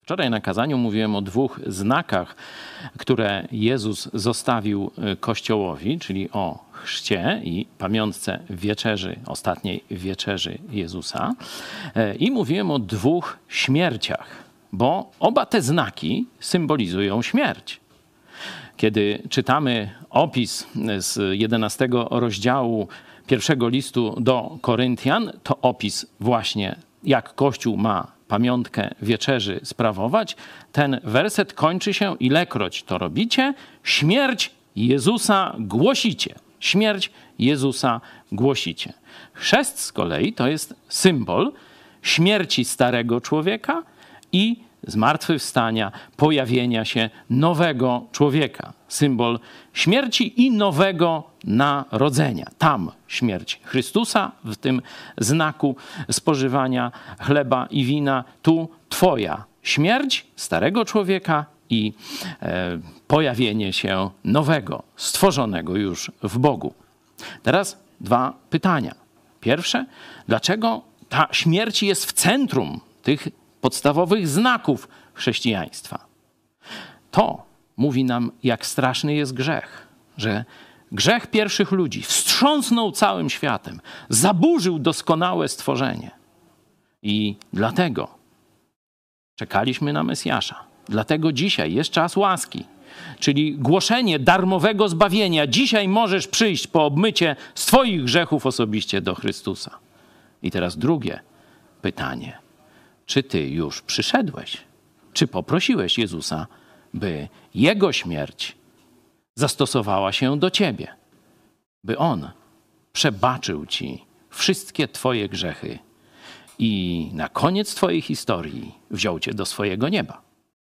Wczoraj na kazaniu mówiłem o dwóch znakach, które Jezus zostawił Kościołowi, czyli o chrzcie i pamiątce wieczerzy, ostatniej wieczerzy Jezusa. I mówiłem o dwóch śmierciach, bo oba te znaki symbolizują śmierć. Kiedy czytamy opis z 11 rozdziału pierwszego listu do Koryntian, to opis właśnie, jak Kościół ma pamiątkę wieczerzy sprawować, ten werset kończy się: ilekroć to robicie, śmierć Jezusa głosicie. Śmierć Jezusa głosicie. Chrzest z kolei to jest symbol śmierci starego człowieka i zmartwychwstania, pojawienia się nowego człowieka. Symbol śmierci i nowego narodzenia. Tam śmierć Chrystusa, w tym znaku spożywania chleba i wina. Tu twoja śmierć starego człowieka i pojawienie się nowego, stworzonego już w Bogu. Teraz dwa pytania. Pierwsze, dlaczego ta śmierć jest w centrum tych podstawowych znaków chrześcijaństwa? To mówi nam, jak straszny jest grzech, że grzech pierwszych ludzi wstrząsnął całym światem, zaburzył doskonałe stworzenie. I dlatego czekaliśmy na Mesjasza. Dlatego dzisiaj jest czas łaski, czyli głoszenie darmowego zbawienia. Dzisiaj możesz przyjść po obmycie z twoich grzechów osobiście do Chrystusa. I teraz drugie pytanie. Czy ty już przyszedłeś? Czy poprosiłeś Jezusa, by Jego śmierć zastosowała się do ciebie? By On przebaczył ci wszystkie twoje grzechy i na koniec twojej historii wziął cię do swojego nieba?